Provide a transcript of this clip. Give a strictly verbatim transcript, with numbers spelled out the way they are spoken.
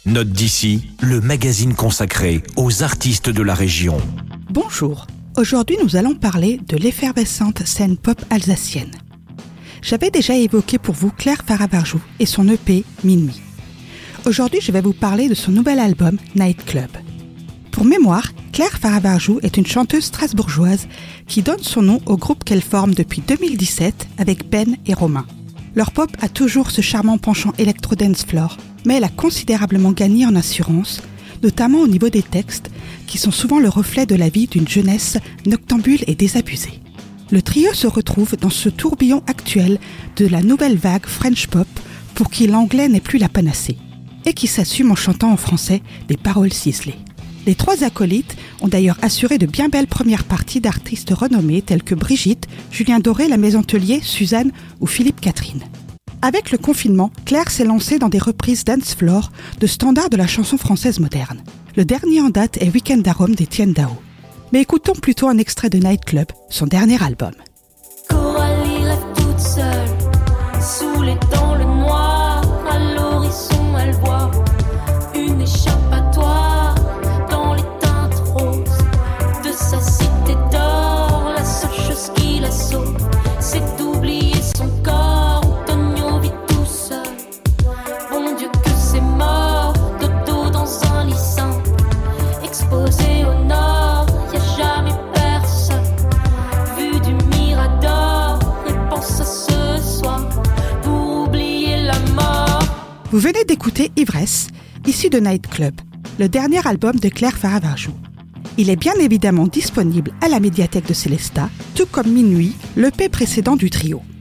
Note d'ici, le magazine consacré aux artistes de la région. Bonjour, aujourd'hui nous allons parler de l'effervescente scène pop alsacienne. J'avais déjà évoqué pour vous Claire Faravarjou et son E P Minuit. Aujourd'hui je vais vous parler de son nouvel album Night Club. Pour mémoire, Claire Faravarjou est une chanteuse strasbourgeoise qui donne son nom au groupe qu'elle forme depuis deux mille dix-sept avec Ben et Romain. Leur pop a toujours ce charmant penchant électro-dance floor, mais elle a considérablement gagné en assurance, notamment au niveau des textes, qui sont souvent le reflet de la vie d'une jeunesse noctambule et désabusée. Le trio se retrouve dans ce tourbillon actuel de la nouvelle vague French pop pour qui l'anglais n'est plus la panacée, et qui s'assume en chantant en français des paroles ciselées. Les trois acolytes ont d'ailleurs assuré de bien belles premières parties d'artistes renommés tels que Brigitte, Julien Doré, La Maison Tellier, Suzanne ou Philippe Catherine. Avec le confinement, Claire s'est lancée dans des reprises dance floor de standards de la chanson française moderne. Le dernier en date est Weekend à Rome d'Étienne Dao. Mais écoutons plutôt un extrait de Night Club, son dernier album. Coralie rêve toute seule, saoulée dans le noir, à l'horizon elle voit une échappatoire dans les teintes roses de sa cité d'or. La seule chose qui la sauve, c'est d'oublier son corps. Tonio vit tout seul, bon Dieu que c'est mort, de dos dans un lit sain, exposé au nord, y a jamais personne, vue du Mirador, et pense à ce soir pour oublier la mort. Vous venez d'écouter Ivresse, issu de Night Club, le dernier album de Claire Faravarjou. Il est bien évidemment disponible à la médiathèque de Célestat, tout comme Minuit, l'E P précédent du trio.